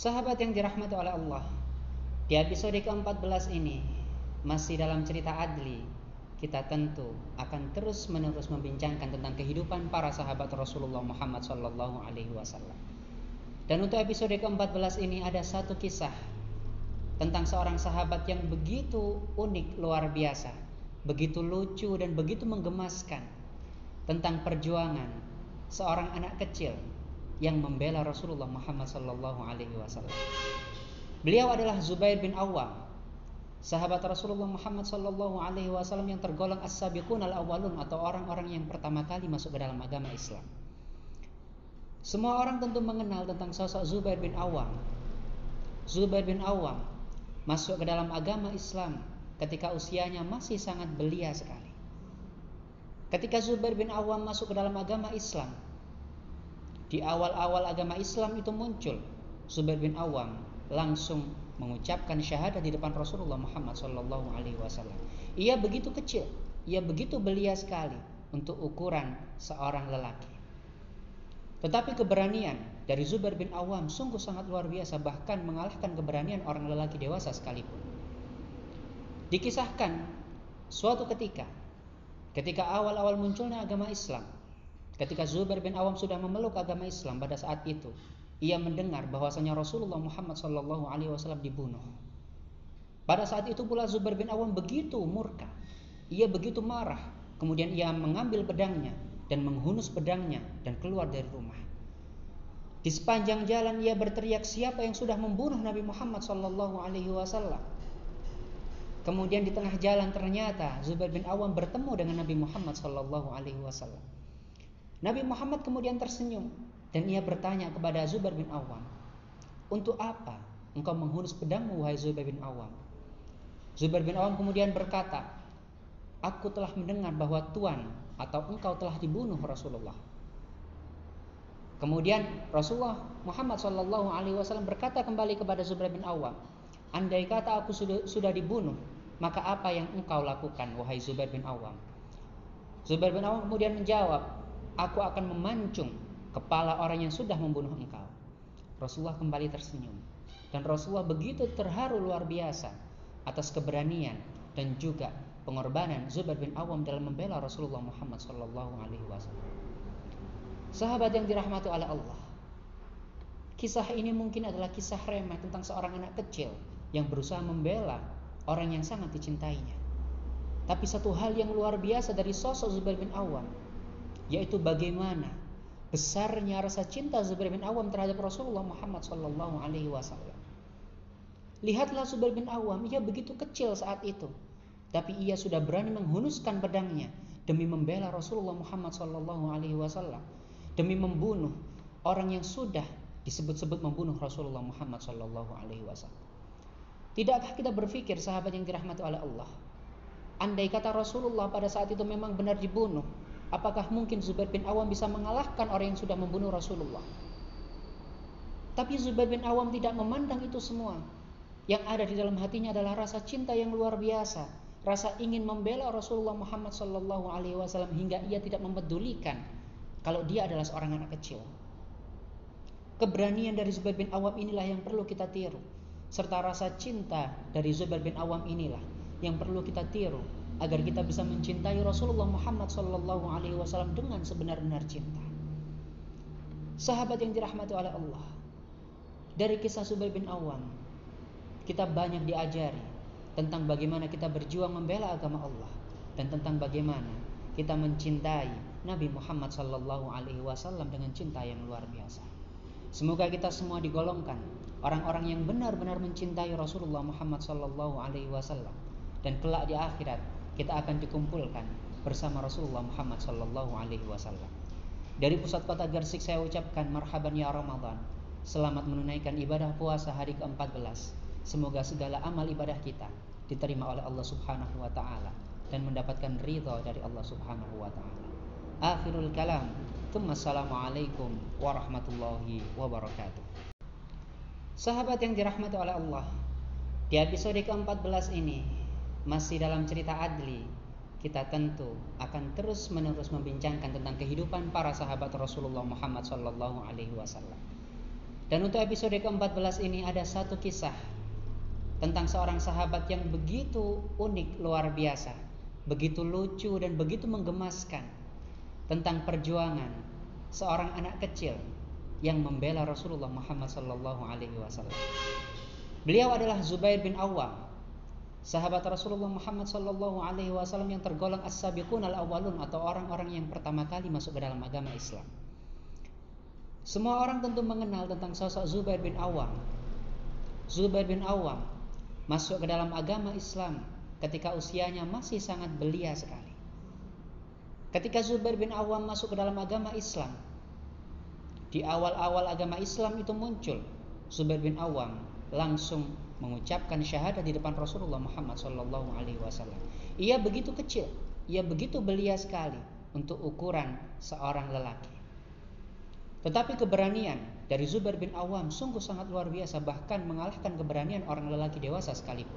Sahabat yang dirahmati oleh Allah, di episode ke-14 ini masih dalam cerita Adli. Kita tentu akan terus-menerus membincangkan tentang kehidupan para sahabat Rasulullah Muhammad SAW. Dan untuk episode ke-14 ini ada satu kisah tentang seorang sahabat yang begitu unik, luar biasa, begitu lucu dan begitu menggemaskan, tentang perjuangan seorang anak kecil yang membela Rasulullah Muhammad SAW. Beliau adalah Zubair bin Awwam, sahabat Rasulullah Muhammad SAW yang tergolong as-sabiqun al-awwalun, atau orang-orang yang pertama kali masuk ke dalam agama Islam. Semua orang tentu mengenal tentang sosok Zubair bin Awwam. Zubair bin Awwam masuk ke dalam agama Islam ketika usianya masih sangat belia sekali. Ketika Zubair bin Awwam masuk ke dalam agama Islam, di awal-awal agama Islam itu muncul, Zubair bin Awwam langsung mengucapkan syahadat di depan Rasulullah Muhammad SAW. Ia begitu kecil, ia begitu belia sekali untuk ukuran seorang lelaki. Tetapi keberanian dari Zubair bin Awwam sungguh sangat luar biasa, bahkan mengalahkan keberanian orang lelaki dewasa sekalipun. Dikisahkan suatu ketika awal-awal munculnya agama Islam, ketika Zubair bin Awwam sudah memeluk agama Islam, pada saat itu ia mendengar bahwasanya Rasulullah Muhammad SAW dibunuh. Pada saat itu pula Zubair bin Awwam begitu murka, ia begitu marah. Kemudian ia mengambil pedangnya dan menghunus pedangnya dan keluar dari rumah. Di sepanjang jalan ia berteriak, siapa yang sudah membunuh Nabi Muhammad SAW? Kemudian di tengah jalan ternyata Zubair bin Awwam bertemu dengan Nabi Muhammad SAW. Nabi Muhammad kemudian tersenyum dan ia bertanya kepada Zubair bin Awwam, untuk apa engkau menghunus pedangmu wahai Zubair bin Awwam? Zubair bin Awwam kemudian berkata, aku telah mendengar bahwa Tuhan atau engkau telah dibunuh Rasulullah. Kemudian Rasulullah Muhammad SAW berkata kembali kepada Zubair bin Awwam, andai kata aku sudah dibunuh, maka apa yang engkau lakukan wahai Zubair bin Awwam? Zubair bin Awwam kemudian menjawab, aku akan memancung kepala orang yang sudah membunuh engkau. Rasulullah kembali tersenyum, dan Rasulullah begitu terharu luar biasa atas keberanian dan juga pengorbanan Zubair bin Awwam dalam membela Rasulullah Muhammad SAW. Sahabat yang dirahmati oleh Allah, kisah ini mungkin adalah kisah remeh tentang seorang anak kecil yang berusaha membela orang yang sangat dicintainya. Tapi satu hal yang luar biasa dari sosok Zubair bin Awwam, yaitu bagaimana besarnya rasa cinta Zubair bin Awwam terhadap Rasulullah Muhammad SAW. Lihatlah Zubair bin Awwam, ia begitu kecil saat itu, tapi ia sudah berani menghunuskan pedangnya demi membela Rasulullah Muhammad SAW, demi membunuh orang yang sudah disebut-sebut membunuh Rasulullah Muhammad SAW. Tidakkah kita berpikir, sahabat yang dirahmati oleh Allah, andai kata Rasulullah pada saat itu memang benar dibunuh, apakah mungkin Zubair bin Awwam bisa mengalahkan orang yang sudah membunuh Rasulullah? Tapi Zubair bin Awwam tidak memandang itu semua. Yang ada di dalam hatinya adalah rasa cinta yang luar biasa, rasa ingin membela Rasulullah Muhammad SAW, hingga ia tidak mempedulikan kalau dia adalah seorang anak kecil. Keberanian dari Zubair bin Awwam inilah yang perlu kita tiru, serta rasa cinta dari Zubair bin Awwam inilah yang perlu kita tiru agar kita bisa mencintai Rasulullah Muhammad SAW dengan sebenar-benar cinta. Sahabat yang dirahmati oleh Allah, dari kisah Zubair bin Awwam kita banyak diajari tentang bagaimana kita berjuang membela agama Allah, dan tentang bagaimana kita mencintai Nabi Muhammad SAW dengan cinta yang luar biasa. Semoga kita semua digolongkan orang-orang yang benar-benar mencintai Rasulullah Muhammad SAW, dan kelak di akhirat kita akan dikumpulkan bersama Rasulullah Muhammad SAW. Dari pusat kota Gresik saya ucapkan marhaban ya Ramadan. Selamat menunaikan ibadah puasa hari ke-14. Semoga segala amal ibadah kita diterima oleh Allah Subhanahu wa taala dan mendapatkan ridha dari Allah Subhanahu wa taala. Akhirul kalam. Assalamualaikum warahmatullahi wabarakatuh. Sahabat yang dirahmati oleh Allah, di episode ke-14 ini masih dalam cerita Adli. Kita tentu akan terus-menerus membincangkan tentang kehidupan para sahabat Rasulullah Muhammad SAW. Dan untuk episode ke-14 ini ada satu kisah tentang seorang sahabat yang begitu unik, luar biasa, begitu lucu dan begitu menggemaskan, tentang perjuangan seorang anak kecil yang membela Rasulullah Muhammad SAW. Beliau adalah Zubair bin Awam, sahabat Rasulullah Muhammad SAW yang tergolong as-sabiqun al-awwalun, atau orang-orang yang pertama kali masuk ke dalam agama Islam. Semua orang tentu mengenal tentang sosok Zubair bin Awam. Zubair bin Awam masuk ke dalam agama Islam ketika usianya masih sangat belia sekali. Ketika Zubair bin Awam masuk ke dalam agama Islam, di awal-awal agama Islam itu muncul, Zubair bin Awam langsung mengucapkan syahadat di depan Rasulullah Muhammad SAW. Ia begitu kecil, ia begitu belia sekali untuk ukuran seorang lelaki. Tetapi keberanian dari Zubair bin Awam sungguh sangat luar biasa, bahkan mengalahkan keberanian orang lelaki dewasa sekalipun.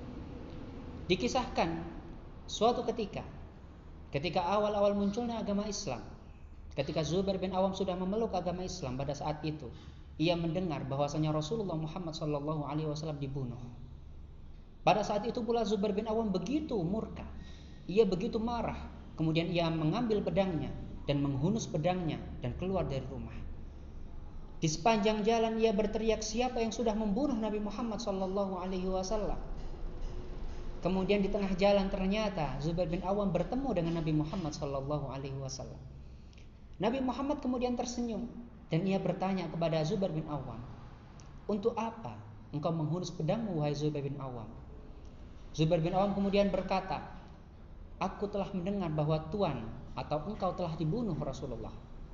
Dikisahkan suatu ketika awal-awal munculnya agama Islam, ketika Zubair bin Awam sudah memeluk agama Islam, pada saat itu ia mendengar bahwasanya Rasulullah Muhammad SAW dibunuh. Pada saat itu pula Zubair bin Awam begitu murka, ia begitu marah, kemudian ia mengambil pedangnya dan menghunus pedangnya dan keluar dari rumah. Di sepanjang jalan ia berteriak, siapa yang sudah membunuh Nabi Muhammad SAW? Kemudian di tengah jalan ternyata Zubair bin Awam bertemu dengan Nabi Muhammad SAW. Nabi Muhammad kemudian tersenyum dan ia bertanya kepada Zubair bin Awam, untuk apa engkau menghunus pedangmu wahai Zubair bin Awam? Zubair bin Awam kemudian berkata, aku telah mendengar bahwa Tuan atau engkau telah dibunuh Rasulullah.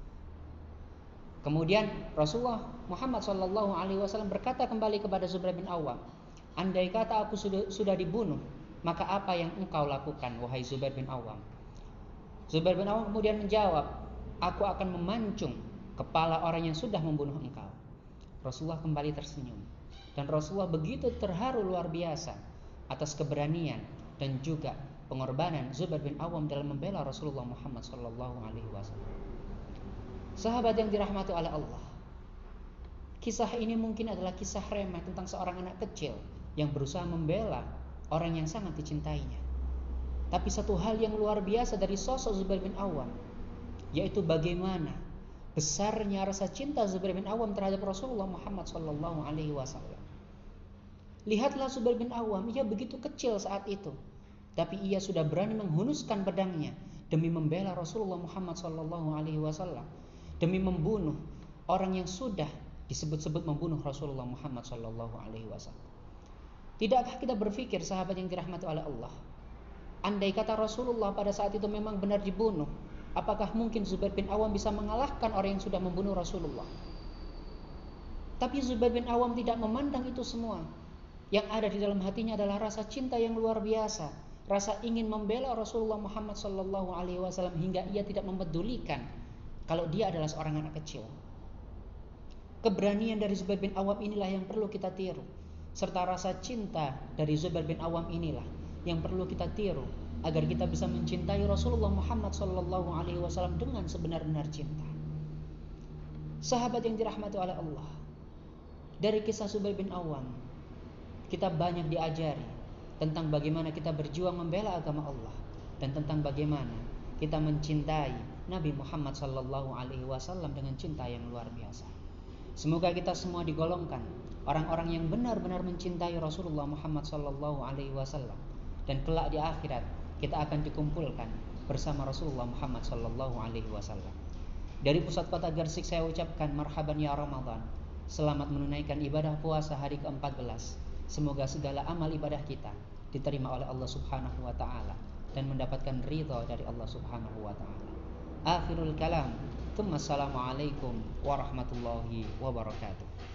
Kemudian Rasulullah Muhammad SAW berkata kembali kepada Zubair bin Awam, andai kata aku sudah dibunuh, maka apa yang engkau lakukan wahai Zubair bin Awam? Zubair bin Awam kemudian menjawab, aku akan memancung kepala orang yang sudah membunuh engkau. Rasulullah kembali tersenyum, dan Rasulullah begitu terharu luar biasa atas keberanian dan juga pengorbanan Zubair bin Awam dalam membela Rasulullah Muhammad SAW. Sahabat yang dirahmati oleh Allah, kisah ini mungkin adalah kisah remeh tentang seorang anak kecil yang berusaha membela orang yang sangat dicintainya. Tapi satu hal yang luar biasa dari sosok Zubair bin Awam, yaitu bagaimana besarnya rasa cinta Zubair bin Awam terhadap Rasulullah Muhammad SAW. Lihatlah Zubair bin Awam, ia begitu kecil saat itu, tapi ia sudah berani menghunuskan pedangnya demi membela Rasulullah Muhammad SAW, demi membunuh orang yang sudah disebut-sebut membunuh Rasulullah Muhammad SAW. Tidakkah kita berpikir, sahabat yang dirahmati oleh Allah, andai kata Rasulullah pada saat itu memang benar dibunuh, apakah mungkin Zubair bin Awam bisa mengalahkan orang yang sudah membunuh Rasulullah? Tapi Zubair bin Awam tidak memandang itu semua. Yang ada di dalam hatinya adalah rasa cinta yang luar biasa, rasa ingin membela Rasulullah Muhammad SAW, hingga ia tidak mempedulikan kalau dia adalah seorang anak kecil. Keberanian dari Zubair bin Awam inilah yang perlu kita tiru, serta rasa cinta dari Zubair bin Awam inilah yang perlu kita tiru agar kita bisa mencintai Rasulullah Muhammad SAW dengan sebenar-benar cinta. Sahabat yang dirahmati oleh Allah, dari kisah Zubair bin Awam kita banyak diajari tentang bagaimana kita berjuang membela agama Allah, dan tentang bagaimana kita mencintai Nabi Muhammad SAW dengan cinta yang luar biasa. Semoga kita semua digolongkan orang-orang yang benar-benar mencintai Rasulullah Muhammad SAW, dan kelak di akhirat kita akan dikumpulkan bersama Rasulullah Muhammad SAW. Dari pusat kota Gersik saya ucapkan marhaban ya Ramadan. Selamat menunaikan ibadah puasa hari ke-14. Semoga segala amal ibadah kita diterima oleh Allah Subhanahu wa taala dan mendapatkan ridha dari Allah Subhanahu wa taala. Akhirul kalam. Assalamualaikum warahmatullahi wabarakatuh.